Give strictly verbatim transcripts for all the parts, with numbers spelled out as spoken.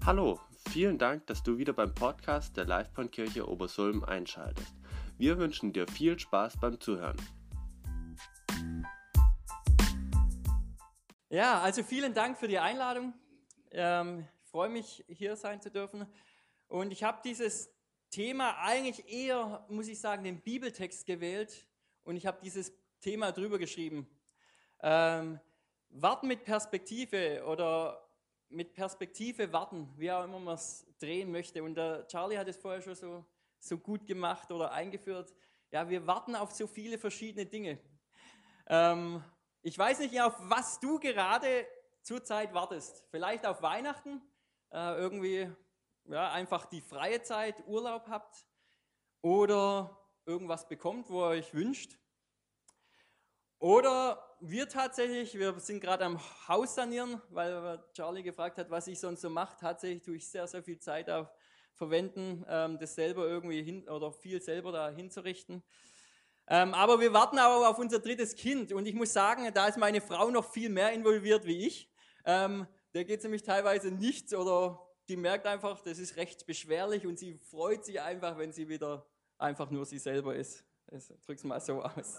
Hallo, vielen Dank, dass du wieder beim Podcast der Livebahnkirche Obersulm einschaltest. Wir wünschen dir viel Spaß beim Zuhören. Ja, also vielen Dank für die Einladung. Ähm, ich freue mich, hier sein zu dürfen. Und ich habe dieses Thema eigentlich eher, muss ich sagen, den Bibeltext gewählt. Und ich habe dieses Thema drüber geschrieben. Ähm, warten mit Perspektive oder mit Perspektive warten, wie auch immer man es drehen möchte. Und der Charlie hat es vorher schon so, so gut gemacht oder eingeführt. Ja, wir warten auf so viele verschiedene Dinge. Ähm, ich weiß nicht, auf was du gerade zurzeit wartest. Vielleicht auf Weihnachten, äh, irgendwie ja, einfach die freie Zeit, Urlaub habt oder irgendwas bekommt, wo ihr euch wünscht. Oder wir tatsächlich, wir sind gerade am Haus sanieren, weil Charlie gefragt hat, was ich sonst so mache. Tatsächlich tue ich sehr, sehr viel Zeit auf verwenden, ähm, das selber irgendwie hin oder viel selber da hinzurichten. Ähm, aber wir warten auch auf unser drittes Kind und ich muss sagen, da ist meine Frau noch viel mehr involviert wie ich. Ähm, der geht es nämlich teilweise nichts oder die merkt einfach, das ist recht beschwerlich und sie freut sich einfach, wenn sie wieder einfach nur sie selber ist. Ich drück's mal so aus.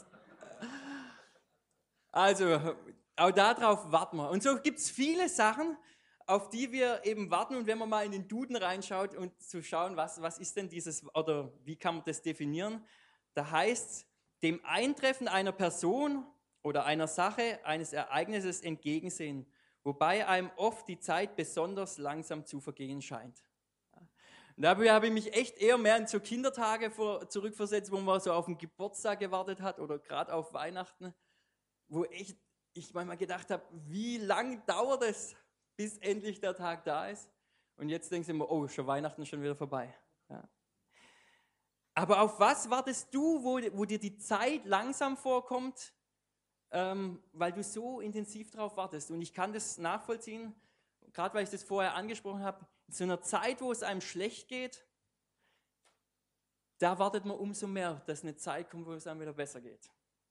Also, auch darauf warten wir. Und so gibt es viele Sachen, auf die wir eben warten. Und wenn man mal in den Duden reinschaut und zu schauen, was, was ist denn dieses, oder wie kann man das definieren, da heißt es, dem Eintreffen einer Person oder einer Sache, eines Ereignisses entgegensehen, wobei einem oft die Zeit besonders langsam zu vergehen scheint. Und dafür habe ich mich echt eher mehr in so Kindertage vor, zurückversetzt, wo man so auf den Geburtstag gewartet hat oder gerade auf Weihnachten, wo echt ich manchmal gedacht habe, wie lang dauert es, bis endlich der Tag da ist? Und jetzt denkst du immer, oh, schon Weihnachten schon wieder vorbei. Ja. Aber auf was wartest du, wo, wo dir die Zeit langsam vorkommt, ähm, weil du so intensiv drauf wartest? Und ich kann das nachvollziehen, gerade weil ich das vorher angesprochen habe, in so einer Zeit, wo es einem schlecht geht, da wartet man umso mehr, dass eine Zeit kommt, wo es einem wieder besser geht.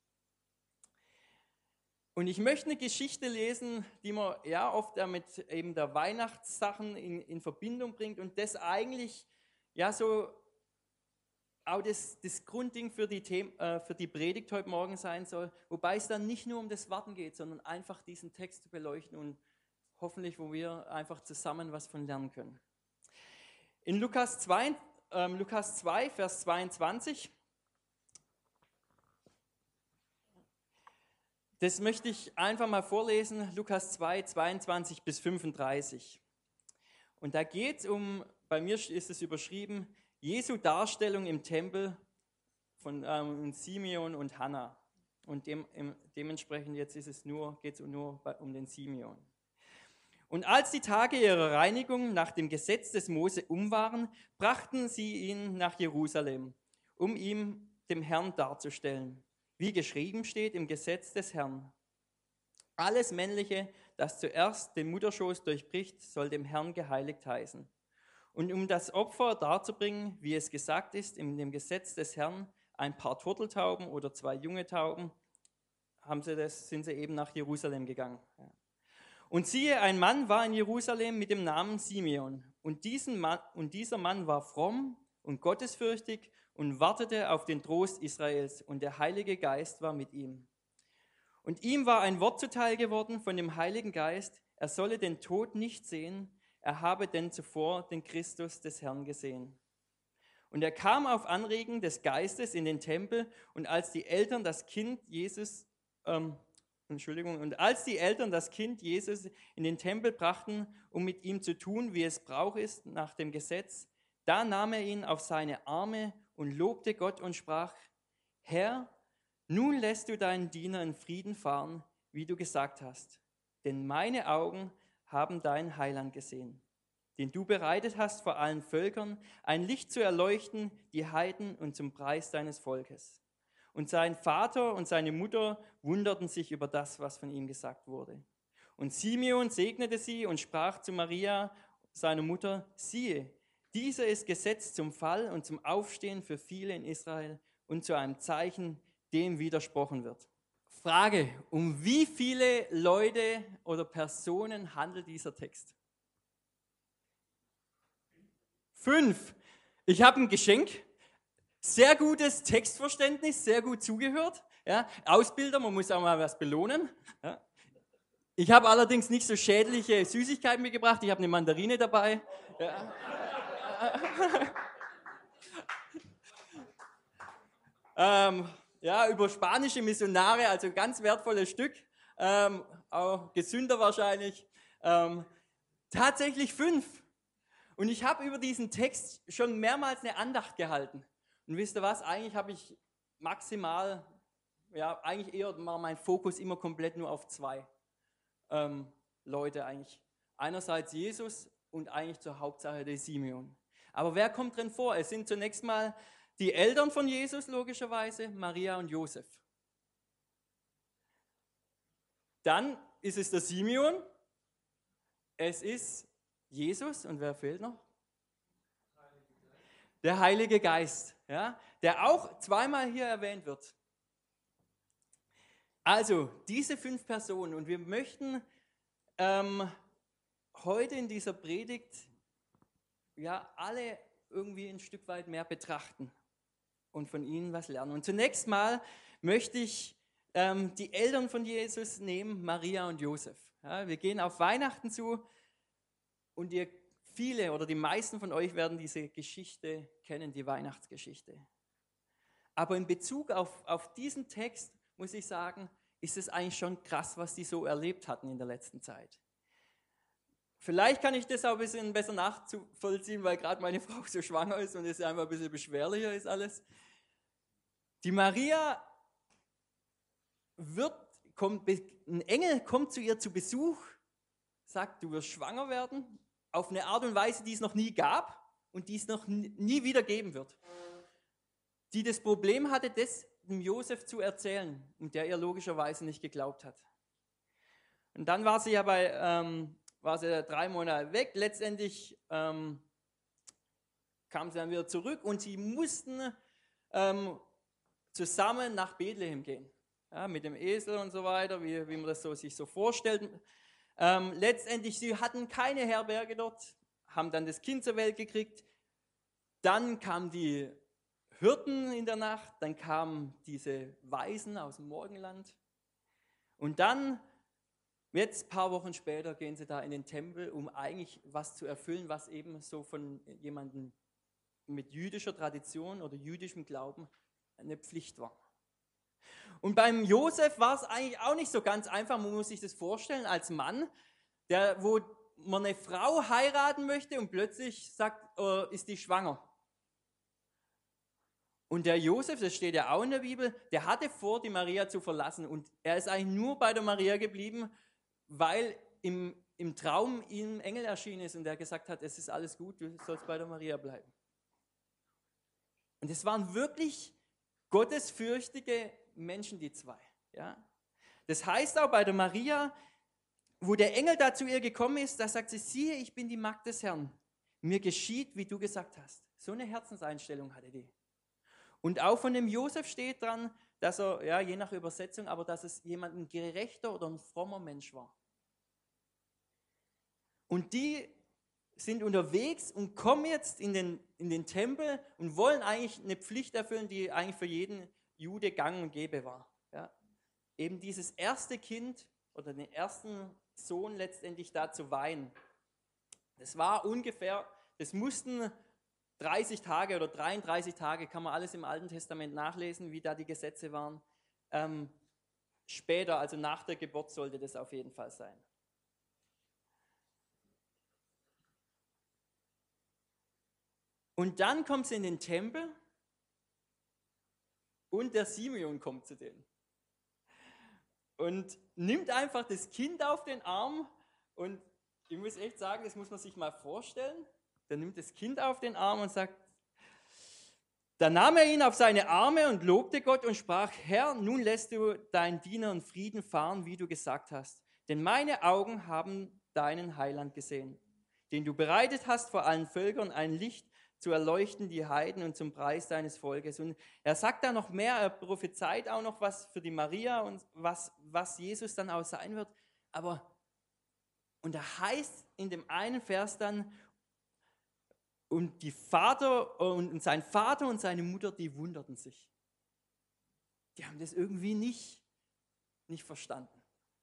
Und ich möchte eine Geschichte lesen, die man ja oft mit eben der Weihnachtssachen in, in Verbindung bringt und das eigentlich ja so auch das, das Grundding für die, Them- äh, für die Predigt heute Morgen sein soll, wobei es dann nicht nur um das Warten geht, sondern einfach diesen Text zu beleuchten und hoffentlich, wo wir einfach zusammen was von lernen können. In Lukas zwei, äh, Lukas zwei, Vers zweiundzwanzig, das möchte ich einfach mal vorlesen, Lukas zwei, zweiundzwanzig bis fünfunddreißig. Und da geht es um, bei mir ist es überschrieben, Jesu Darstellung im Tempel von ähm, Simeon und Hannah. Und dem, im, dementsprechend jetzt ist es nur, geht es nur bei, um den Simeon. Und als die Tage ihrer Reinigung nach dem Gesetz des Mose um waren, brachten sie ihn nach Jerusalem, um ihm dem Herrn darzustellen, wie geschrieben steht im Gesetz des Herrn. Alles Männliche, das zuerst den Mutterschoß durchbricht, soll dem Herrn geheiligt heißen. Und um das Opfer darzubringen, wie es gesagt ist, in dem Gesetz des Herrn, ein paar Turteltauben oder zwei junge Tauben, haben sie das, sind sie eben nach Jerusalem gegangen. Und siehe, ein Mann war in Jerusalem mit dem Namen Simeon. Und, diesen Mann, und dieser Mann war fromm und gottesfürchtig und wartete auf den Trost Israels. Und der Heilige Geist war mit ihm. Und ihm war ein Wort zuteil geworden von dem Heiligen Geist, er solle den Tod nicht sehen, er habe denn zuvor den Christus des Herrn gesehen. Und er kam auf Anregen des Geistes in den Tempel, und als die Eltern das Kind Jesus, ähm, Entschuldigung, und als die Eltern das Kind Jesus in den Tempel brachten, um mit ihm zu tun, wie es Brauch ist nach dem Gesetz, da nahm er ihn auf seine Arme und lobte Gott und sprach: Herr, nun lässt du deinen Diener in Frieden fahren, wie du gesagt hast, denn meine Augen haben dein Heiland gesehen, den du bereitet hast vor allen Völkern, ein Licht zu erleuchten, die Heiden und zum Preis deines Volkes. Und sein Vater und seine Mutter wunderten sich über das, was von ihm gesagt wurde. Und Simeon segnete sie und sprach zu Maria, seiner Mutter: Siehe, dieser ist gesetzt zum Fall und zum Aufstehen für viele in Israel und zu einem Zeichen, dem widersprochen wird. Frage: Um wie viele Leute oder Personen handelt dieser Text? Fünf. Ich habe ein Geschenk. Sehr gutes Textverständnis, sehr gut zugehört. Ja, Ausbilder, man muss auch mal was belohnen. Ja. Ich habe allerdings nicht so schädliche Süßigkeiten mitgebracht. Ich habe eine Mandarine dabei. Ja. ähm, ja, über spanische Missionare, also ganz wertvolles Stück. Ähm, auch gesünder wahrscheinlich. Ähm, tatsächlich fünf. Und ich habe über diesen Text schon mehrmals eine Andacht gehalten. Und wisst ihr was? Eigentlich habe ich maximal, ja, eigentlich eher war mein Fokus immer komplett nur auf zwei ähm, Leute eigentlich. Einerseits Jesus und eigentlich zur Hauptsache der Simeon. Aber wer kommt drin vor? Es sind zunächst mal die Eltern von Jesus, logischerweise, Maria und Josef. Dann ist es der Simeon, es ist Jesus und wer fehlt noch? Der Heilige Geist, ja, der auch zweimal hier erwähnt wird. Also diese fünf Personen und wir möchten ähm, heute in dieser Predigt ja alle irgendwie ein Stück weit mehr betrachten und von ihnen was lernen. Und zunächst mal möchte ich ähm, die Eltern von Jesus nehmen, Maria und Josef. Ja, wir gehen auf Weihnachten zu und ihr viele oder die meisten von euch werden diese Geschichte kennen, die Weihnachtsgeschichte. Aber in Bezug auf, auf diesen Text muss ich sagen, ist es eigentlich schon krass, was die so erlebt hatten in der letzten Zeit. Vielleicht kann ich das auch ein bisschen besser nachvollziehen, weil gerade meine Frau so schwanger ist und es einfach ein bisschen beschwerlicher ist alles. Die Maria wird, kommt, ein Engel kommt zu ihr zu Besuch, sagt, du wirst schwanger werden, auf eine Art und Weise, die es noch nie gab und die es noch nie wieder geben wird. Die das Problem hatte, das dem Josef zu erzählen und der ihr logischerweise nicht geglaubt hat. Und dann war sie ja bei, ähm, war sie drei Monate weg, letztendlich ähm, kam sie dann wieder zurück und sie mussten ähm, zusammen nach Bethlehem gehen, ja, mit dem Esel und so weiter, wie, wie man das so, sich so vorstellt. Ähm, letztendlich, sie hatten keine Herberge dort, haben dann das Kind zur Welt gekriegt. Dann kamen die Hirten in der Nacht, dann kamen diese Weisen aus dem Morgenland. Und dann, jetzt ein paar Wochen später, gehen sie da in den Tempel, um eigentlich was zu erfüllen, was eben so von jemandem mit jüdischer Tradition oder jüdischem Glauben eine Pflicht war. Und beim Josef war es eigentlich auch nicht so ganz einfach, man muss sich das vorstellen, als Mann, der, wo man eine Frau heiraten möchte und plötzlich sagt, äh, ist die schwanger. Und der Josef, das steht ja auch in der Bibel, der hatte vor, die Maria zu verlassen und er ist eigentlich nur bei der Maria geblieben, weil im, im Traum ihm ein Engel erschienen ist und der gesagt hat, es ist alles gut, du sollst bei der Maria bleiben. Und es waren wirklich gottesfürchtige Menschen, die zwei. Ja? Das heißt auch bei der Maria, wo der Engel da zu ihr gekommen ist, da sagt sie, siehe, ich bin die Magd des Herrn. Mir geschieht, wie du gesagt hast. So eine Herzenseinstellung hatte die. Und auch von dem Josef steht dran, dass er, ja, je nach Übersetzung, aber dass es jemand ein gerechter oder ein frommer Mensch war. Und die sind unterwegs und kommen jetzt in den, in den Tempel und wollen eigentlich eine Pflicht erfüllen, die eigentlich für jeden Jude gang und gäbe war. Ja. Eben dieses erste Kind oder den ersten Sohn letztendlich da zu weihen. Das war ungefähr, das mussten dreißig Tage oder dreiunddreißig Tage, kann man alles im Alten Testament nachlesen, wie da die Gesetze waren. Ähm, später, also nach der Geburt, sollte das auf jeden Fall sein. Und dann kommt sie in den Tempel und der Simeon kommt zu denen. Und nimmt einfach das Kind auf den Arm und ich muss echt sagen, das muss man sich mal vorstellen. Der nimmt das Kind auf den Arm und sagt, da nahm er ihn auf seine Arme und lobte Gott und sprach, Herr, nun lässt du deinen Diener in Frieden fahren, wie du gesagt hast. Denn meine Augen haben deinen Heiland gesehen, den du bereitet hast vor allen Völkern, ein Licht zu erleuchten die Heiden und zum Preis deines Volkes. Und er sagt da noch mehr, er prophezeit auch noch was für die Maria und was, was Jesus dann auch sein wird. Aber, und da heißt in dem einen Vers dann, Und die Vater und sein Vater und seine Mutter, die wunderten sich. Die haben das irgendwie nicht, nicht verstanden.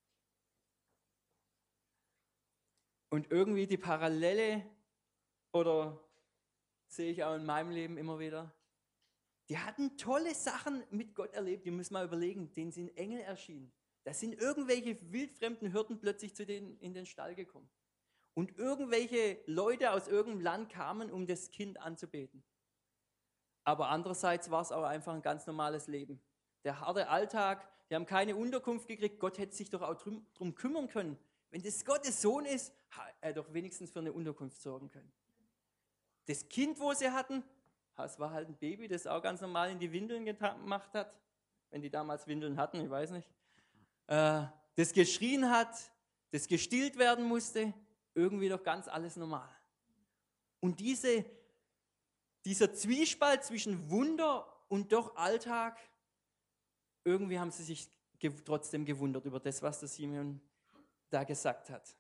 Und irgendwie die Parallele, oder sehe ich auch in meinem Leben immer wieder, die hatten tolle Sachen mit Gott erlebt. Die müssen mal überlegen, denen sind Engel erschienen. Da sind irgendwelche wildfremden Hirten plötzlich zu denen in den Stall gekommen. Und irgendwelche Leute aus irgendeinem Land kamen, um das Kind anzubeten. Aber andererseits war es auch einfach ein ganz normales Leben. Der harte Alltag, die haben keine Unterkunft gekriegt. Gott hätte sich doch auch drum, drum kümmern können. Wenn das Gottes Sohn ist, hat er doch wenigstens für eine Unterkunft sorgen können. Das Kind, wo sie hatten, das war halt ein Baby, das auch ganz normal in die Windeln gemacht hat. Wenn die damals Windeln hatten, ich weiß nicht. Äh, das geschrien hat, das gestillt werden musste. Irgendwie doch ganz alles normal. Und diese, dieser Zwiespalt zwischen Wunder und doch Alltag, irgendwie haben sie sich ge- trotzdem gewundert über das, was der Simeon da gesagt hat.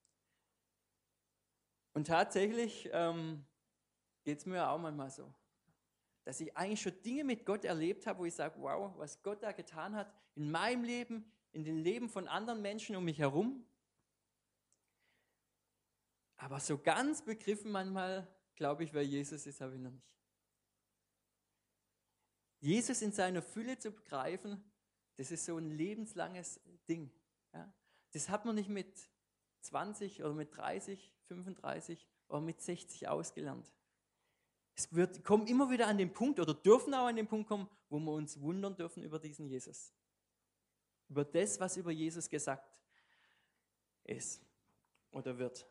Und tatsächlich ähm, geht es mir auch manchmal so, dass ich eigentlich schon Dinge mit Gott erlebt habe, wo ich sage, wow, was Gott da getan hat in meinem Leben, in den Leben von anderen Menschen um mich herum. Aber so ganz begriffen manchmal, glaube ich, wer Jesus ist, habe ich noch nicht. Jesus in seiner Fülle zu begreifen, das ist so ein lebenslanges Ding. Ja? Das hat man nicht mit zwanzig oder mit dreißig, fünfunddreißig oder mit sechzig ausgelernt. Es wird, kommen immer wieder an den Punkt oder dürfen auch an den Punkt kommen, wo wir uns wundern dürfen über diesen Jesus. Über das, was über Jesus gesagt ist oder wird.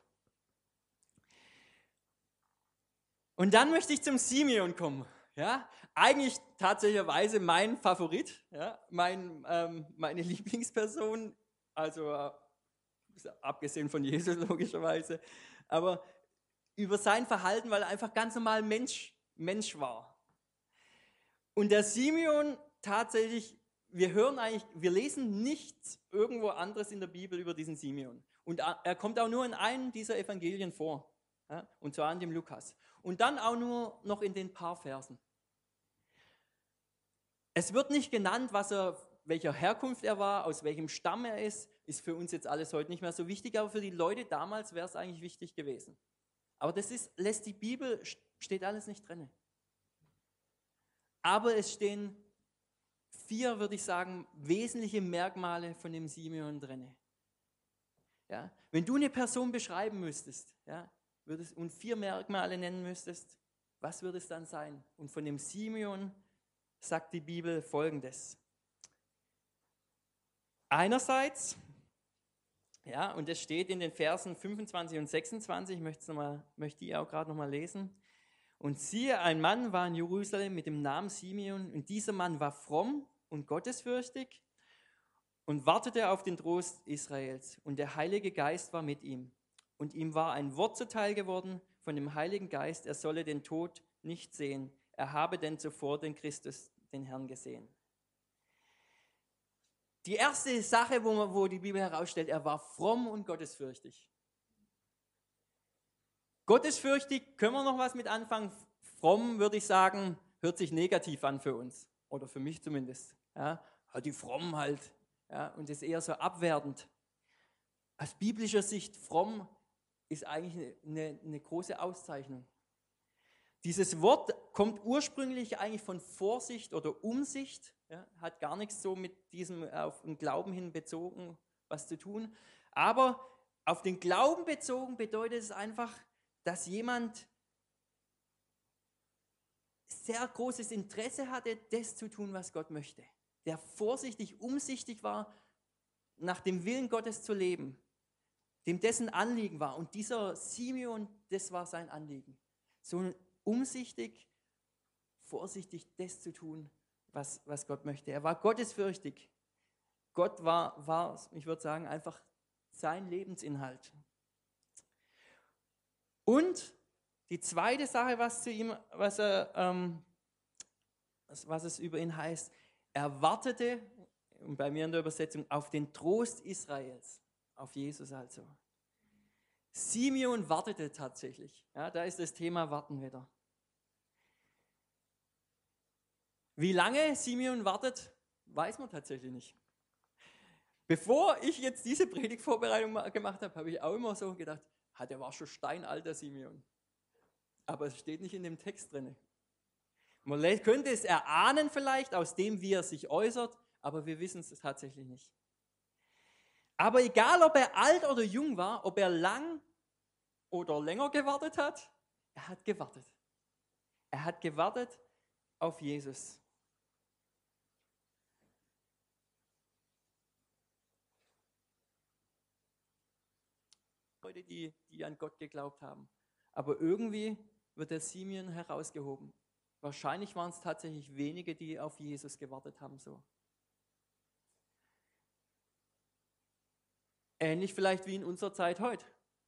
Und dann möchte ich zum Simeon kommen. Ja, eigentlich tatsächlicherweise mein Favorit, ja, mein, ähm, meine Lieblingsperson, also äh, abgesehen von Jesus logischerweise, aber über sein Verhalten, weil er einfach ganz normal Mensch, Mensch war. Und der Simeon tatsächlich, wir hören eigentlich, wir lesen nichts irgendwo anderes in der Bibel über diesen Simeon. Und er kommt auch nur in einem dieser Evangelien vor, ja, und zwar in dem Lukas. Und dann auch nur noch in den paar Versen. Es wird nicht genannt, was er, welcher Herkunft er war, aus welchem Stamm er ist, ist für uns jetzt alles heute nicht mehr so wichtig, aber für die Leute damals wäre es eigentlich wichtig gewesen. Aber das ist, lässt die Bibel, steht alles nicht drin. Aber es stehen vier, würde ich sagen, wesentliche Merkmale von dem Simeon drin. Ja? Wenn du eine Person beschreiben müsstest, ja, würdest, und vier Merkmale nennen müsstest, was würde es dann sein? Und von dem Simeon sagt die Bibel Folgendes. Einerseits, ja, und es steht in den Versen fünfundzwanzig und sechsundzwanzig, ich möchte, es noch mal, möchte die auch gerade nochmal lesen. Und siehe, ein Mann war in Jerusalem mit dem Namen Simeon, und dieser Mann war fromm und gottesfürchtig und wartete auf den Trost Israels. Und der Heilige Geist war mit ihm. Und ihm war ein Wort zuteil geworden von dem Heiligen Geist, er solle den Tod nicht sehen. Er habe denn zuvor den Christus, den Herrn, gesehen. Die erste Sache, wo, man, wo die Bibel herausstellt, er war fromm und gottesfürchtig. Gottesfürchtig, können wir noch was mit anfangen? Fromm, würde ich sagen, hört sich negativ an für uns. Oder für mich zumindest. Ja, die Frommen halt. Ja, und ist eher so abwertend. Aus biblischer Sicht, fromm ist eigentlich eine, eine große Auszeichnung. Dieses Wort kommt ursprünglich eigentlich von Vorsicht oder Umsicht, ja, hat gar nichts so mit diesem auf den Glauben hin bezogen was zu tun. Aber auf den Glauben bezogen bedeutet es einfach, dass jemand sehr großes Interesse hatte, das zu tun, was Gott möchte. Der vorsichtig, umsichtig war, nach dem Willen Gottes zu leben, dem dessen Anliegen war. Und dieser Simeon, das war sein Anliegen. So umsichtig, vorsichtig, das zu tun, was, was Gott möchte. Er war gottesfürchtig. Gott war, war, ich würde sagen, einfach sein Lebensinhalt. Und die zweite Sache, was zu ihm, was, er, ähm, was es über ihn heißt, er wartete, und bei mir in der Übersetzung, auf den Trost Israels, auf Jesus also. Simeon wartete tatsächlich. Ja, da ist das Thema Warten wieder. Wie lange Simeon wartet, weiß man tatsächlich nicht. Bevor ich jetzt diese Predigtvorbereitung gemacht habe, habe ich auch immer so gedacht, ah, der war schon steinalter Simeon. Aber es steht nicht in dem Text drin. Man könnte es erahnen vielleicht aus dem, wie er sich äußert, aber wir wissen es tatsächlich nicht. Aber egal, ob er alt oder jung war, ob er lang oder länger gewartet hat, er hat gewartet. Er hat gewartet auf Jesus. Leute, die, die an Gott geglaubt haben. Aber irgendwie wird der Simeon herausgehoben. Wahrscheinlich waren es tatsächlich wenige, die auf Jesus gewartet haben. So. Ähnlich vielleicht wie in unserer Zeit heute.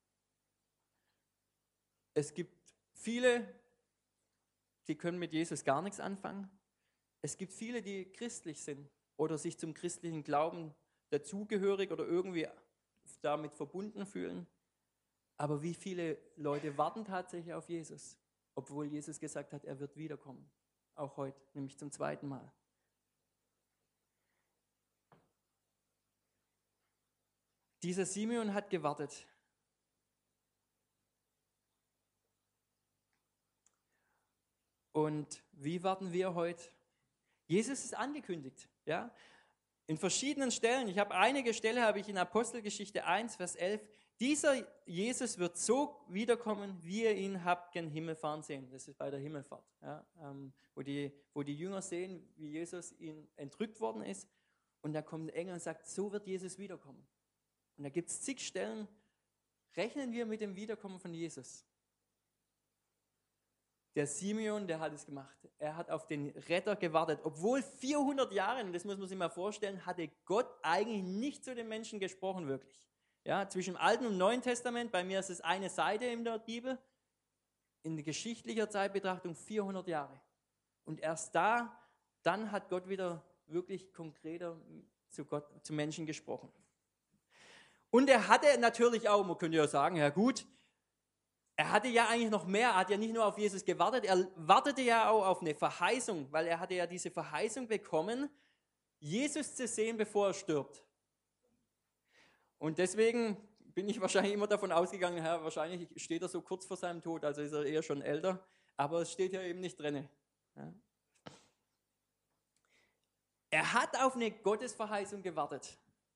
Es gibt viele, die können mit Jesus gar nichts anfangen. Es gibt viele, die christlich sind oder sich zum christlichen Glauben dazugehörig oder irgendwie damit verbunden fühlen. Aber wie viele Leute warten tatsächlich auf Jesus, obwohl Jesus gesagt hat, er wird wiederkommen. Auch heute, nämlich zum zweiten Mal. Dieser Simeon hat gewartet. Und wie warten wir heute? Jesus ist angekündigt, ja? In verschiedenen Stellen. Ich habe einige Stellen, habe ich in Apostelgeschichte eins, Vers elf. Dieser Jesus wird so wiederkommen, wie ihr ihn habt gen Himmel fahren sehen. Das ist bei der Himmelfahrt, ja? ähm, wo, die, wo die Jünger sehen, wie Jesus ihnen entrückt worden ist. Und da kommt ein Engel und sagt, so wird Jesus wiederkommen. Und da gibt es zig Stellen, rechnen wir mit dem Wiederkommen von Jesus. Der Simeon, der hat es gemacht. Er hat auf den Retter gewartet. Obwohl vierhundert Jahre, das muss man sich mal vorstellen, hatte Gott eigentlich nicht zu den Menschen gesprochen, wirklich. Ja, zwischen dem Alten und Neuen Testament, bei mir ist es eine Seite in der Bibel, in geschichtlicher Zeitbetrachtung vierhundert Jahre. Und erst da, dann hat Gott wieder wirklich konkreter zu Gott, zu Menschen gesprochen. Und er hatte natürlich auch, man könnte ja sagen, ja gut, er hatte ja eigentlich noch mehr, er hat ja nicht nur auf Jesus gewartet, er wartete ja auch auf eine Verheißung, weil er hatte ja diese Verheißung bekommen, Jesus zu sehen, bevor er stirbt. Und deswegen bin ich wahrscheinlich immer davon ausgegangen, ja, wahrscheinlich steht er so kurz vor seinem Tod, also ist er eher schon älter, aber es steht ja eben nicht drin. Ja. Er hat auf eine Gottesverheißung gewartet.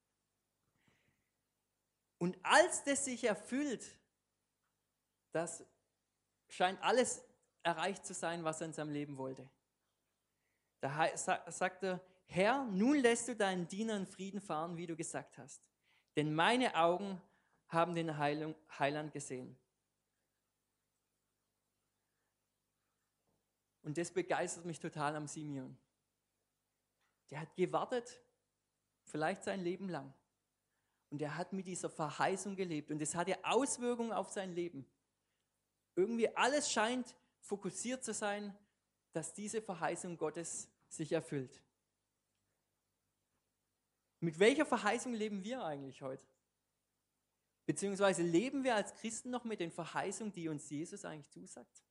Und als das sich erfüllt, das scheint alles erreicht zu sein, was er in seinem Leben wollte. Da sagt er, Herr, nun lässt du deinen Diener in Frieden fahren, wie du gesagt hast. Denn meine Augen haben den Heiland gesehen. Und das begeistert mich total am Simeon. Der hat gewartet, vielleicht sein Leben lang. Und er hat mit dieser Verheißung gelebt. Und das hatte Auswirkungen auf sein Leben. Irgendwie alles scheint fokussiert zu sein, dass diese Verheißung Gottes sich erfüllt. Mit welcher Verheißung leben wir eigentlich heute? Beziehungsweise leben wir als Christen noch mit den Verheißungen, die uns Jesus eigentlich zusagt?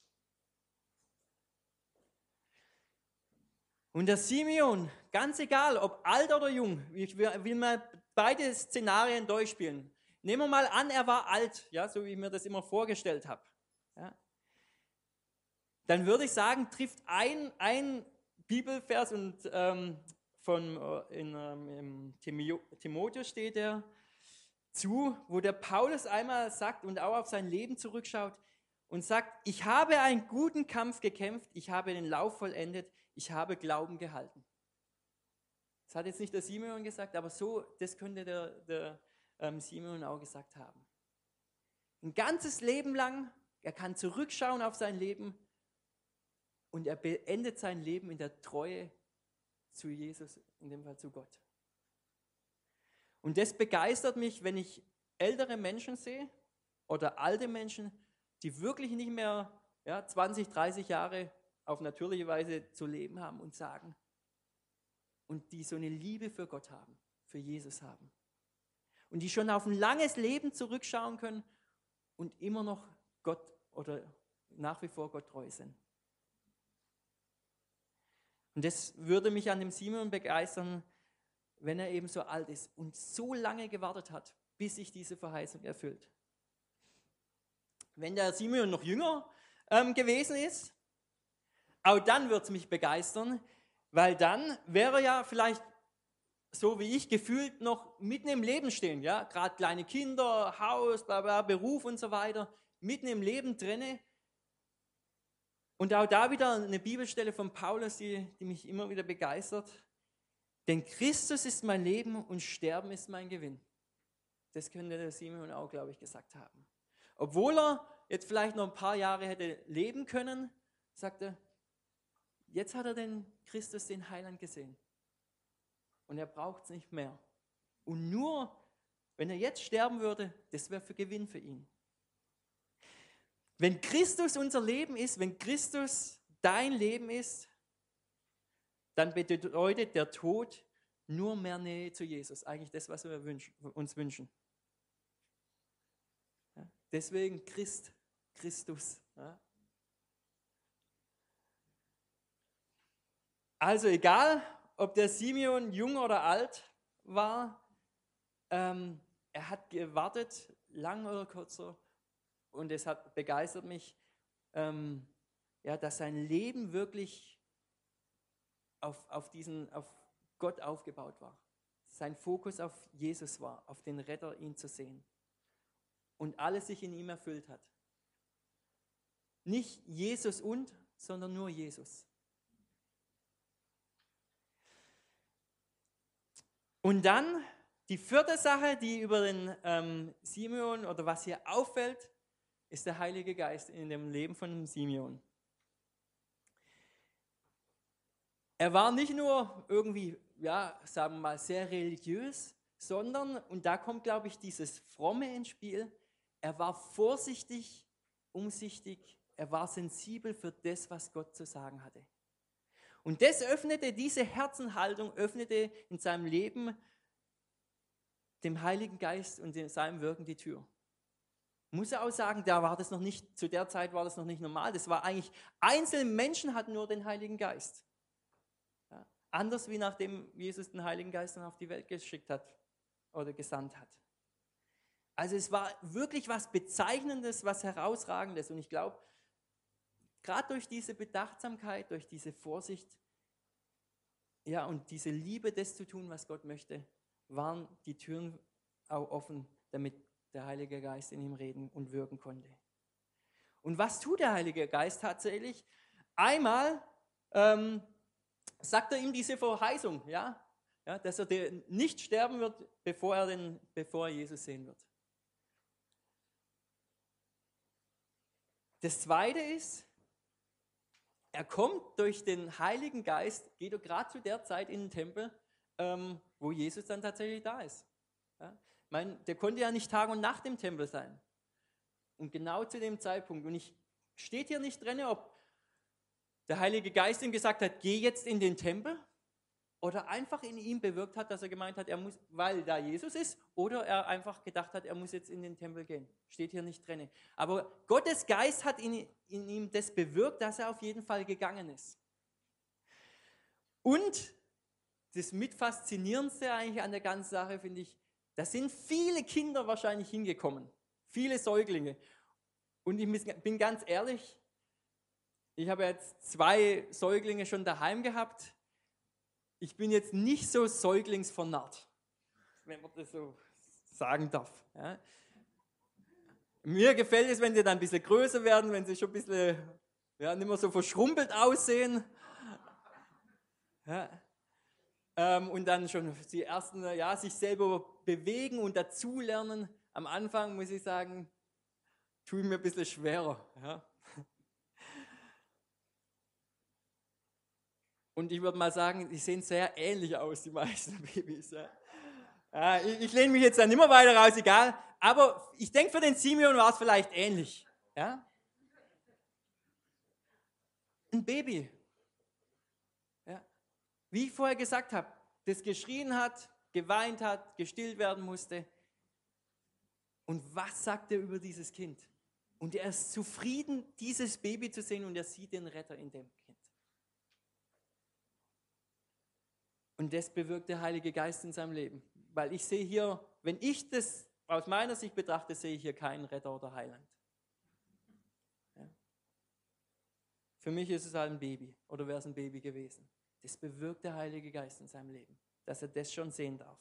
Und der Simeon, ganz egal, ob alt oder jung, ich will mal beide Szenarien durchspielen. Nehmen wir mal an, er war alt, ja, so wie ich mir das immer vorgestellt habe. Ja. Dann würde ich sagen, trifft ein, ein Bibelvers und ähm, von, in, ähm, im Timotheus steht er zu, wo der Paulus einmal sagt und auch auf sein Leben zurückschaut und sagt, ich habe einen guten Kampf gekämpft, ich habe den Lauf vollendet, ich habe Glauben gehalten. Das hat jetzt nicht der Simeon gesagt, aber so, das könnte der, der ähm, Simeon auch gesagt haben. Ein ganzes Leben lang, er kann zurückschauen auf sein Leben und er beendet sein Leben in der Treue zu Jesus, in dem Fall zu Gott. Und das begeistert mich, wenn ich ältere Menschen sehe oder alte Menschen, die wirklich nicht mehr ja, zwanzig, dreißig Jahre auf natürliche Weise zu leben haben und sagen, und die so eine Liebe für Gott haben, für Jesus haben. Und die schon auf ein langes Leben zurückschauen können und immer noch Gott oder nach wie vor Gott treu sind. Und das würde mich an dem Simeon begeistern, wenn er eben so alt ist und so lange gewartet hat, bis sich diese Verheißung erfüllt. Wenn der Simeon noch jünger ähm, gewesen ist, auch dann wird es mich begeistern, weil dann wäre er ja vielleicht so wie ich gefühlt noch mitten im Leben stehen, ja, gerade kleine Kinder, Haus, bla bla, Beruf und so weiter, mitten im Leben drinne. Und auch da wieder eine Bibelstelle von Paulus, die, die mich immer wieder begeistert. Denn Christus ist mein Leben und Sterben ist mein Gewinn. Das könnte der Simeon auch, glaube ich, gesagt haben. Obwohl er jetzt vielleicht noch ein paar Jahre hätte leben können, sagt er, jetzt hat er den Christus, den Heiland, gesehen. Und er braucht es nicht mehr. Und nur, wenn er jetzt sterben würde, das wäre für Gewinn für ihn. Wenn Christus unser Leben ist, wenn Christus dein Leben ist, dann bedeutet der Tod nur mehr Nähe zu Jesus. Eigentlich das, was wir wünschen, uns wünschen. Ja, deswegen Christ, Christus. Ja. Also egal, ob der Simeon jung oder alt war, ähm, er hat gewartet, lang oder kurzer, und es hat begeistert mich, ähm, ja, dass sein Leben wirklich auf, auf, diesen, auf Gott aufgebaut war. Sein Fokus auf Jesus war, auf den Retter, ihn zu sehen. Und alles sich in ihm erfüllt hat. Nicht Jesus und, sondern nur Jesus. Und dann die vierte Sache, die über den ähm, Simeon oder was hier auffällt, ist der Heilige Geist in dem Leben von Simeon. Er war nicht nur irgendwie, ja, sagen wir mal, sehr religiös, sondern, und da kommt, glaube ich, dieses Fromme ins Spiel, er war vorsichtig, umsichtig, er war sensibel für das, was Gott zu sagen hatte. Und das öffnete, diese Herzenhaltung öffnete in seinem Leben dem Heiligen Geist und in seinem Wirken die Tür. Muss er auch sagen, da war das noch nicht, zu der Zeit war das noch nicht normal. Das war eigentlich, einzelne Menschen hatten nur den Heiligen Geist. Ja, anders wie nachdem Jesus den Heiligen Geist dann auf die Welt geschickt hat oder gesandt hat. Also es war wirklich was Bezeichnendes, was Herausragendes. Und ich glaube, gerade durch diese Bedachtsamkeit, durch diese Vorsicht, ja, und diese Liebe, das zu tun, was Gott möchte, waren die Türen auch offen, damit der Heilige Geist in ihm reden und wirken konnte. Und was tut der Heilige Geist tatsächlich? Einmal ähm, sagt er ihm diese Verheißung, ja, ja, dass er nicht sterben wird, bevor er, den, bevor er Jesus sehen wird. Das Zweite ist, er kommt durch den Heiligen Geist, geht er gerade zu der Zeit in den Tempel, ähm, wo Jesus dann tatsächlich da ist. Ja? Ich meine, der konnte ja nicht Tag und Nacht im Tempel sein. Und genau zu dem Zeitpunkt, und ich steht hier nicht drin, ob der Heilige Geist ihm gesagt hat, geh jetzt in den Tempel, oder einfach in ihm bewirkt hat, dass er gemeint hat, er muss, weil da Jesus ist, oder er einfach gedacht hat, er muss jetzt in den Tempel gehen. Steht hier nicht drin. Aber Gottes Geist hat in, in ihm das bewirkt, dass er auf jeden Fall gegangen ist. Und das mit Faszinierendste eigentlich an der ganzen Sache finde ich, da sind viele Kinder wahrscheinlich hingekommen. Viele Säuglinge. Und ich bin ganz ehrlich, ich habe jetzt zwei Säuglinge schon daheim gehabt. Ich bin jetzt nicht so säuglingsvernarrt, wenn man das so sagen darf. Ja. Mir gefällt es, wenn sie dann ein bisschen größer werden, wenn sie schon ein bisschen, ja, nicht mehr so verschrumpelt aussehen. Ja. Ähm, und dann schon die ersten, ja, sich selber bewegen und dazulernen. Am Anfang, muss ich sagen, tue ich mir ein bisschen schwerer. Ja. Und ich würde mal sagen, die sehen sehr ähnlich aus, die meisten Babys. Ja. Ja, ich, ich lehne mich jetzt dann immer weiter raus, egal. Aber ich denke, für den Simeon war es vielleicht ähnlich. Ja. Ein Baby. Ja. Wie ich vorher gesagt habe, das geschrien hat, geweint hat, gestillt werden musste. Und was sagt er über dieses Kind? Und er ist zufrieden, dieses Baby zu sehen und er sieht den Retter in dem Kind. Und das bewirkt der Heilige Geist in seinem Leben. Weil ich sehe hier, wenn ich das aus meiner Sicht betrachte, sehe ich hier keinen Retter oder Heiland. Ja. Für mich ist es halt ein Baby oder wäre es ein Baby gewesen. Das bewirkt der Heilige Geist in seinem Leben, dass er das schon sehen darf.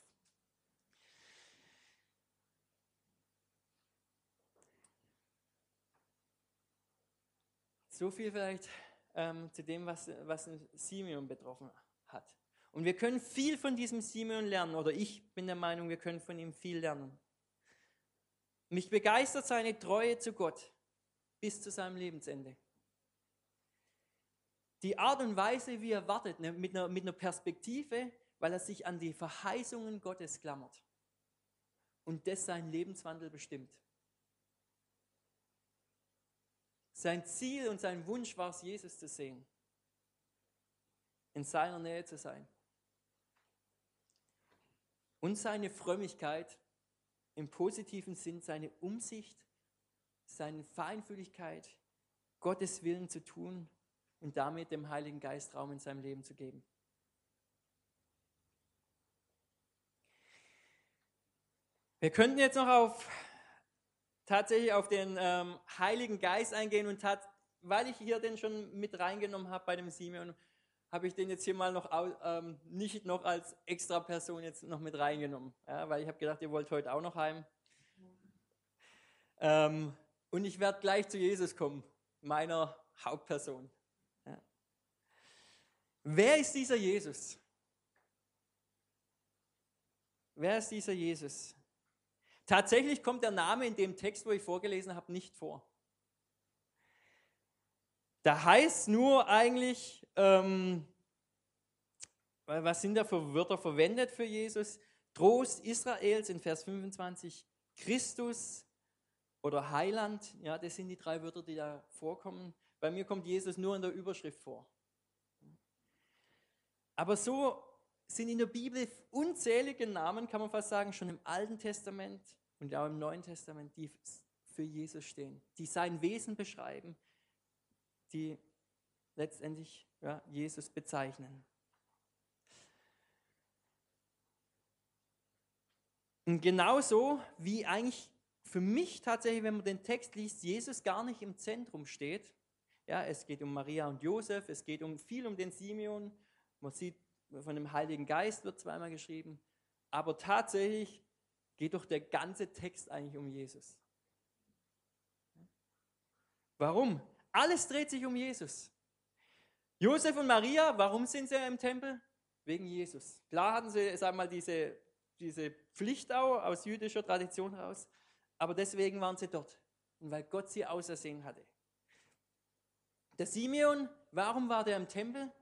So viel vielleicht ähm, zu dem, was, was Simeon betroffen hat. Und wir können viel von diesem Simeon lernen, oder ich bin der Meinung, wir können von ihm viel lernen. Mich begeistert seine Treue zu Gott bis zu seinem Lebensende. Die Art und Weise, wie er wartet, ne, mit, einer, mit einer Perspektive, weil er sich an die Verheißungen Gottes klammert. Und das seinen Lebenswandel bestimmt. Sein Ziel und sein Wunsch war es, Jesus zu sehen. In seiner Nähe zu sein. Und seine Frömmigkeit im positiven Sinn, seine Umsicht, seine Feinfühligkeit, Gottes Willen zu tun und damit dem Heiligen Geist Raum in seinem Leben zu geben. Wir könnten jetzt noch auf tatsächlich auf den ähm, Heiligen Geist eingehen und tat, weil ich hier den schon mit reingenommen habe bei dem Simeon, habe ich den jetzt hier mal noch ähm, nicht noch als extra Person jetzt noch mit reingenommen, ja, weil ich habe gedacht, ihr wollt heute auch noch heim. Ähm, und ich werde gleich zu Jesus kommen, meiner Hauptperson. Ja. Wer ist dieser Jesus? Wer ist dieser Jesus? Tatsächlich kommt der Name in dem Text, wo ich vorgelesen habe, nicht vor. Da heißt nur eigentlich, ähm, was sind da für Wörter verwendet für Jesus? Trost Israels in Vers fünfundzwanzig, Christus oder Heiland, ja, das sind die drei Wörter, die da vorkommen. Bei mir kommt Jesus nur in der Überschrift vor. Aber so sind in der Bibel unzählige Namen, kann man fast sagen, schon im Alten Testament und auch im Neuen Testament, die für Jesus stehen, die sein Wesen beschreiben, die letztendlich ja, Jesus bezeichnen. Und genauso wie eigentlich für mich tatsächlich, wenn man den Text liest, Jesus gar nicht im Zentrum steht. Ja, es geht um Maria und Josef, es geht um viel um den Simeon. Man sieht, von dem Heiligen Geist wird zweimal geschrieben. Aber tatsächlich geht doch der ganze Text eigentlich um Jesus. Warum? Alles dreht sich um Jesus. Josef und Maria, warum sind sie im Tempel? Wegen Jesus. Klar hatten sie, sag mal, diese, diese Pflicht auch aus jüdischer Tradition heraus, aber deswegen waren sie dort. Und weil Gott sie ausersehen hatte. Der Simeon, warum war der im Tempel?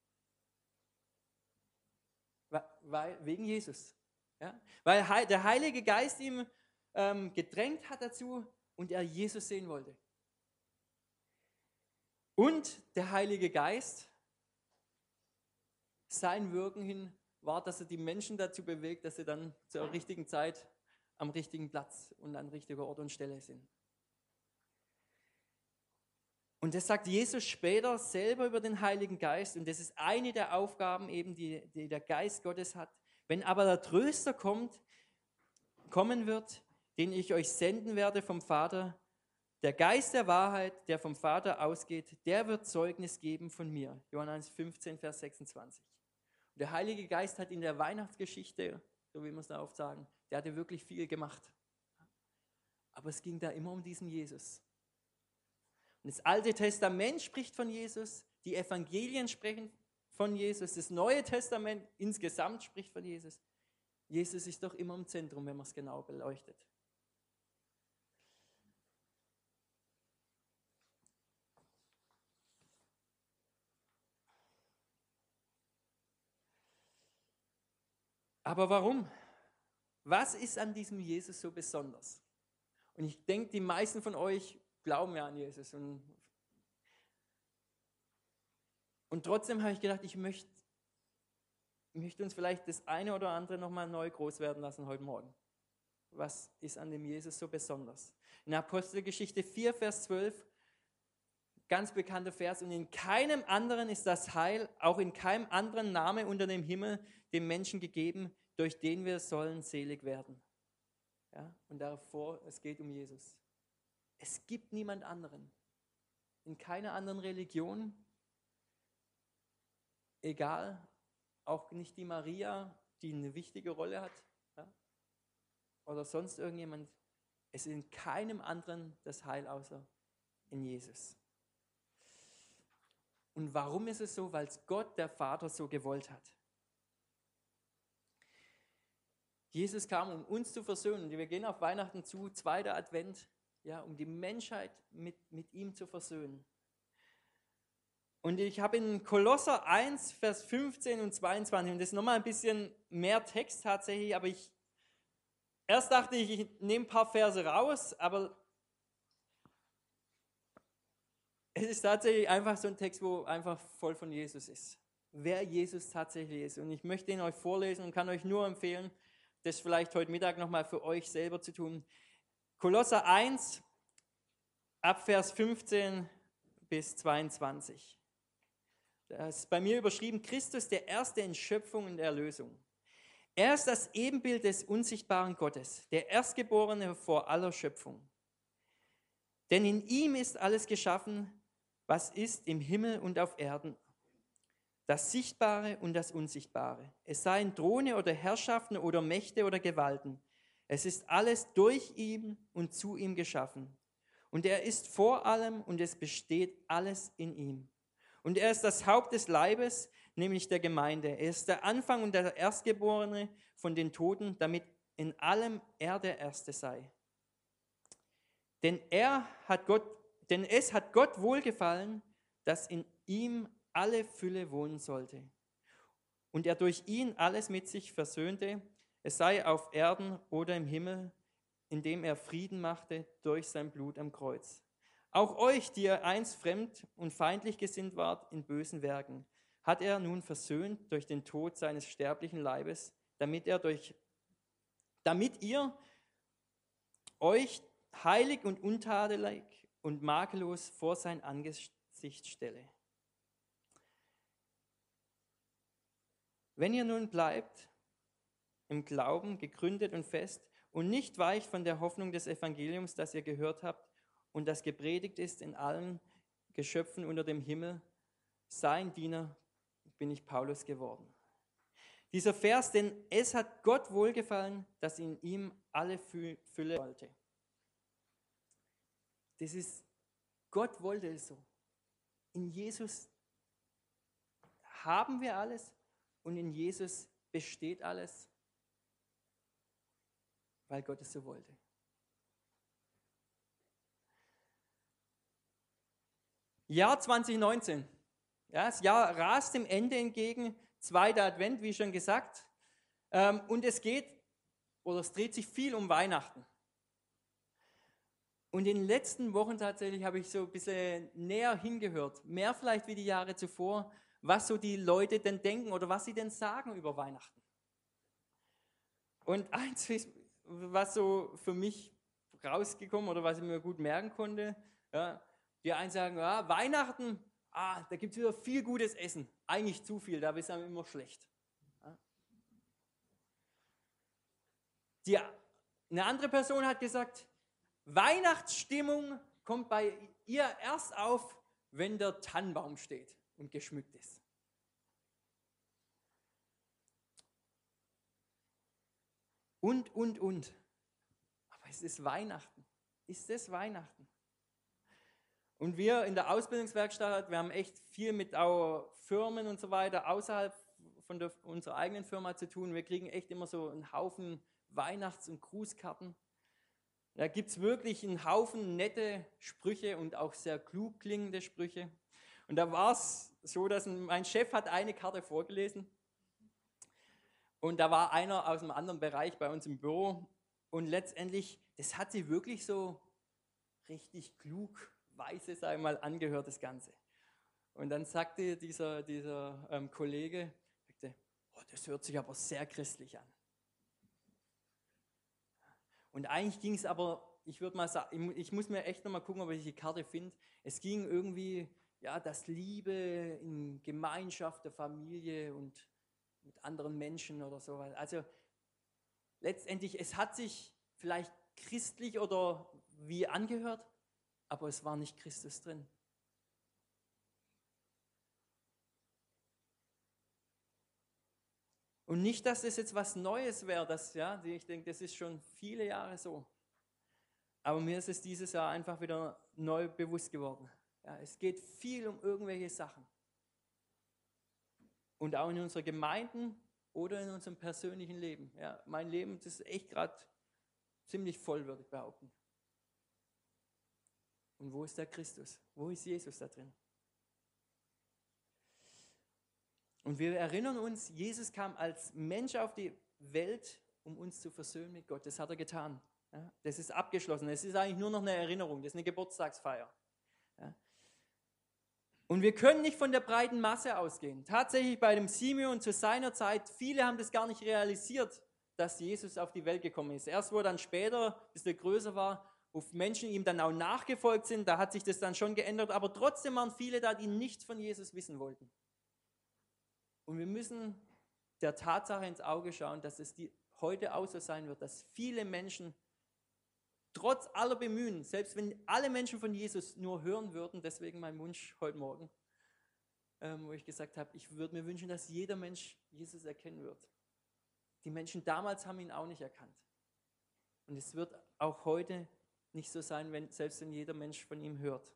Weil, wegen Jesus. Ja? Weil der Heilige Geist ihm ähm, gedrängt hat dazu und er Jesus sehen wollte. Und der Heilige Geist, sein Wirken hin war, dass er die Menschen dazu bewegt, dass sie dann zur richtigen Zeit am richtigen Platz und an richtiger Ort und Stelle sind. Und das sagt Jesus später selber über den Heiligen Geist. Und das ist eine der Aufgaben eben, die, die der Geist Gottes hat. Wenn aber der Tröster kommt, kommen wird, den ich euch senden werde vom Vater, der Geist der Wahrheit, der vom Vater ausgeht, der wird Zeugnis geben von mir. Johannes fünfzehn, Vers sechsundzwanzig. Und der Heilige Geist hat in der Weihnachtsgeschichte, so wie wir es da oft sagen, der hatte wirklich viel gemacht. Aber es ging da immer um diesen Jesus. Und das Alte Testament spricht von Jesus, die Evangelien sprechen von Jesus, das Neue Testament insgesamt spricht von Jesus. Jesus ist doch immer im Zentrum, wenn man es genau beleuchtet. Aber warum? Was ist an diesem Jesus so besonders? Und ich denke, die meisten von euch glauben ja an Jesus. Und, und trotzdem habe ich gedacht, ich möchte, ich möchte uns vielleicht das eine oder andere nochmal neu groß werden lassen heute Morgen. was ist an dem Jesus so besonders? In Apostelgeschichte vier, Vers zwölf, ganz bekannter Vers, und in keinem anderen ist das Heil, auch in keinem anderen Name unter dem Himmel dem Menschen gegeben, durch den wir sollen selig werden. Ja, und davor, es geht um Jesus. Es gibt niemand anderen. In keiner anderen Religion, egal, auch nicht die Maria, die eine wichtige Rolle hat, ja, oder sonst irgendjemand. Es ist in keinem anderen das Heil außer in Jesus. Und warum ist es so? Weil es Gott, der Vater, so gewollt hat. Jesus kam, um uns zu versöhnen. Wir gehen auf Weihnachten zu, zweiter Advent, ja, um die Menschheit mit, mit ihm zu versöhnen. Und ich habe in Kolosser eins, Vers fünfzehn und zweiundzwanzig, und das ist nochmal ein bisschen mehr Text tatsächlich, aber ich, erst dachte ich, ich nehme ein paar Verse raus, aber es ist tatsächlich einfach so ein Text, wo einfach voll von Jesus ist. Wer Jesus tatsächlich ist. Und ich möchte ihn euch vorlesen und kann euch nur empfehlen, das vielleicht heute Mittag nochmal für euch selber zu tun. Kolosser eins, ab Vers fünfzehn bis zweiundzwanzig. Das ist bei mir überschrieben: Christus, der Erste in Schöpfung und Erlösung. Er ist das Ebenbild des unsichtbaren Gottes, der Erstgeborene vor aller Schöpfung. Denn in ihm ist alles geschaffen, was ist im Himmel und auf Erden, das Sichtbare und das Unsichtbare. Es seien Throne oder Herrschaften oder Mächte oder Gewalten. Es ist alles durch ihn und zu ihm geschaffen. Und er ist vor allem und es besteht alles in ihm. Und er ist das Haupt des Leibes, nämlich der Gemeinde. Er ist der Anfang und der Erstgeborene von den Toten, damit in allem er der Erste sei. Denn, er hat Gott, denn es hat Gott wohlgefallen, dass in ihm alle Fülle wohnen sollte. Und er durch ihn alles mit sich versöhnte, es sei auf Erden oder im Himmel, indem er Frieden machte durch sein Blut am Kreuz. Auch euch, die ihr einst fremd und feindlich gesinnt wart in bösen Werken, hat er nun versöhnt durch den Tod seines sterblichen Leibes, damit er durch, damit ihr euch heilig und untadelig und makellos vor sein Angesicht stelle. Wenn ihr nun bleibt im Glauben, gegründet und fest, und nicht weicht von der Hoffnung des Evangeliums, das ihr gehört habt und das gepredigt ist in allen Geschöpfen unter dem Himmel, sein Diener bin ich Paulus geworden. Dieser Vers, denn es hat Gott wohlgefallen, dass in ihm alle Fülle wollte. Das ist, Gott wollte es so. In Jesus haben wir alles und in Jesus besteht alles, weil Gott es so wollte. Jahr zwanzig neunzehn. Ja, das Jahr rast dem Ende entgegen, zweiter Advent, wie schon gesagt. Ähm, und es geht, oder es dreht sich viel um Weihnachten. Und in den letzten Wochen tatsächlich habe ich so ein bisschen näher hingehört, mehr vielleicht wie die Jahre zuvor, was so die Leute denn denken oder was sie denn sagen über Weihnachten. Und eins ist, was so für mich rausgekommen oder was ich mir gut merken konnte, ja, die einen sagen, ja, Weihnachten, ah, da gibt es wieder viel gutes Essen, eigentlich zu viel, da ist einem immer schlecht. Ja. Die, eine andere Person hat gesagt, Weihnachtsstimmung kommt bei ihr erst auf, wenn der Tannenbaum steht und geschmückt ist. Und, und, und. Aber es ist Weihnachten. Ist es Weihnachten? Und wir in der Ausbildungswerkstatt, wir haben echt viel mit auch Firmen und so weiter außerhalb von der, unserer eigenen Firma zu tun. Wir kriegen echt immer so einen Haufen Weihnachts- und Grußkarten. Da gibt es wirklich einen Haufen nette Sprüche und auch sehr klug klingende Sprüche. Und da war es so, dass mein Chef hat eine Karte vorgelesen. Und da war einer aus einem anderen Bereich bei uns im Büro. Und letztendlich, das hat sie wirklich so richtig klug, weise, sag ich mal, angehört, das Ganze. Und dann sagte dieser, dieser ähm, Kollege, sagte, oh, das hört sich aber sehr christlich an. Und eigentlich ging es aber, ich würde mal sagen, ich muss mir echt nochmal gucken, ob ich die Karte finde. Es ging irgendwie, ja, das Liebe in Gemeinschaft der Familie und mit anderen Menschen oder so. Also letztendlich, es hat sich vielleicht christlich oder wie angehört, aber es war nicht Christus drin. Und nicht, dass das jetzt was Neues wäre, das, ja, ich denke, das ist schon viele Jahre so. Aber mir ist es dieses Jahr einfach wieder neu bewusst geworden. Ja, es geht viel um irgendwelche Sachen. Und auch in unseren Gemeinden oder in unserem persönlichen Leben. Ja, mein Leben, das ist echt gerade ziemlich voll, würde ich behaupten. Und wo ist der Christus? Wo ist Jesus da drin? Und wir erinnern uns, Jesus kam als Mensch auf die Welt, um uns zu versöhnen mit Gott. Das hat er getan. Ja, das ist abgeschlossen. Es ist eigentlich nur noch eine Erinnerung. Das ist eine Geburtstagsfeier. Ja. Und wir können nicht von der breiten Masse ausgehen. Tatsächlich bei dem Simeon zu seiner Zeit, viele haben das gar nicht realisiert, dass Jesus auf die Welt gekommen ist. Erst wo er dann später, bis er größer war, wo Menschen ihm dann auch nachgefolgt sind, da hat sich das dann schon geändert. Aber trotzdem waren viele da, die nichts von Jesus wissen wollten. Und wir müssen der Tatsache ins Auge schauen, dass es die heute auch so sein wird, dass viele Menschen trotz aller Bemühen, selbst wenn alle Menschen von Jesus nur hören würden, deswegen mein Wunsch heute Morgen, ähm, wo ich gesagt habe, ich würde mir wünschen, dass jeder Mensch Jesus erkennen wird. Die Menschen damals haben ihn auch nicht erkannt. Und es wird auch heute nicht so sein, wenn, selbst wenn jeder Mensch von ihm hört.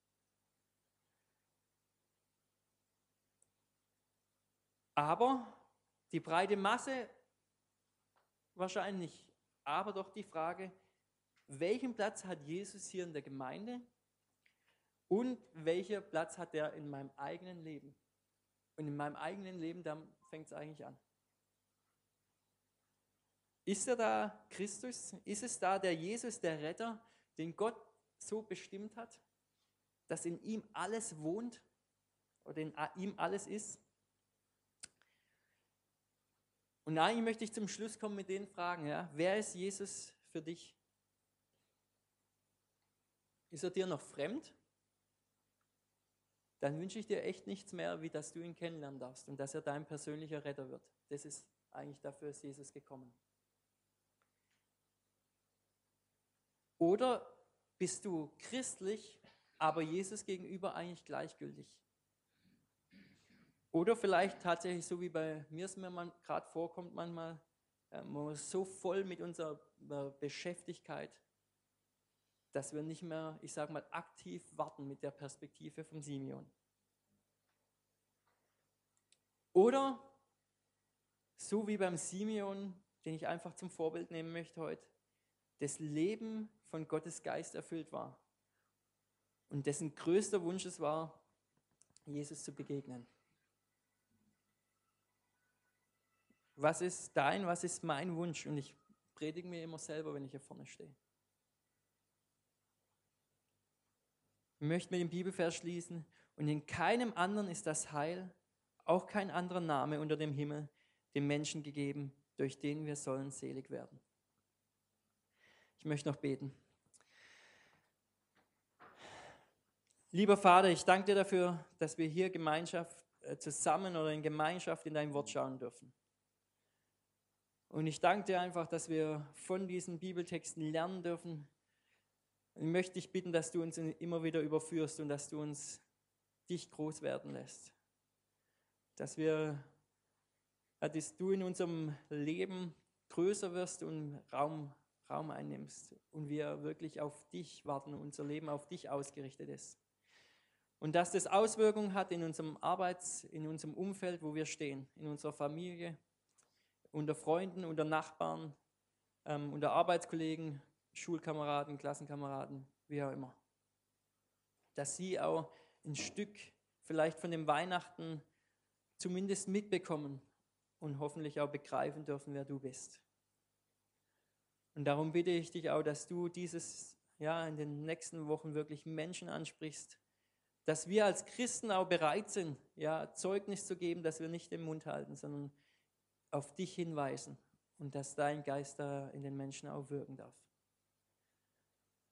Aber die breite Masse wahrscheinlich nicht. Aber doch die Frage, welchen Platz hat Jesus hier in der Gemeinde und welchen Platz hat er in meinem eigenen Leben? Und in meinem eigenen Leben, da fängt es eigentlich an. Ist er da Christus? Ist es da der Jesus, der Retter, den Gott so bestimmt hat, dass in ihm alles wohnt oder in ihm alles ist? Und eigentlich möchte ich zum Schluss kommen mit den Fragen. Ja? Wer ist Jesus für dich? Ist er dir noch fremd? Dann wünsche ich dir echt nichts mehr, wie dass du ihn kennenlernen darfst und dass er dein persönlicher Retter wird. Das ist eigentlich dafür ist Jesus gekommen. Oder bist du christlich, aber Jesus gegenüber eigentlich gleichgültig? Oder vielleicht tatsächlich so wie bei mir es mir gerade vorkommt manchmal, man ist so voll mit unserer Beschäftigkeit, dass wir nicht mehr, ich sage mal, aktiv warten mit der Perspektive vom Simeon. Oder so wie beim Simeon, den ich einfach zum Vorbild nehmen möchte heute, das Leben von Gottes Geist erfüllt war und dessen größter Wunsch es war, Jesus zu begegnen. Was ist dein, was ist mein Wunsch? Und ich predige mir immer selber, wenn ich hier vorne stehe. Ich möchte mit dem Bibelvers schließen. Und in keinem anderen ist das Heil, auch kein anderer Name unter dem Himmel, dem Menschen gegeben, durch den wir sollen selig werden. Ich möchte noch beten. Lieber Vater, ich danke dir dafür, dass wir hier Gemeinschaft zusammen oder in Gemeinschaft in dein Wort schauen dürfen. Und ich danke dir einfach, dass wir von diesen Bibeltexten lernen dürfen. Und ich möchte dich bitten, dass du uns immer wieder überführst und dass du uns dich groß werden lässt. Dass wir, dass du in unserem Leben größer wirst und Raum, Raum einnimmst und wir wirklich auf dich warten und unser Leben auf dich ausgerichtet ist. Und dass das Auswirkungen hat in unserem Arbeits-, in unserem Umfeld, wo wir stehen, in unserer Familie, unter Freunden, unter Nachbarn, ähm, unter Arbeitskollegen, Schulkameraden, Klassenkameraden, wie auch immer. Dass sie auch ein Stück vielleicht von dem Weihnachten zumindest mitbekommen und hoffentlich auch begreifen dürfen, wer du bist. Und darum bitte ich dich auch, dass du dieses, ja, in den nächsten Wochen wirklich Menschen ansprichst, dass wir als Christen auch bereit sind, ja, Zeugnis zu geben, dass wir nicht den Mund halten, sondern auf dich hinweisen und dass dein Geist da in den Menschen auch wirken darf.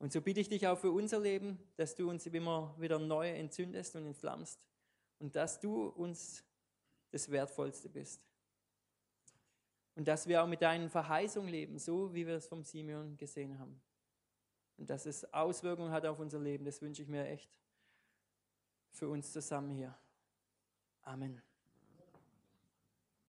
Und so bitte ich dich auch für unser Leben, dass du uns immer wieder neu entzündest und entflammst und dass du uns das Wertvollste bist. Und dass wir auch mit deinen Verheißungen leben, so wie wir es vom Simeon gesehen haben. Und dass es Auswirkungen hat auf unser Leben, das wünsche ich mir echt für uns zusammen hier. Amen.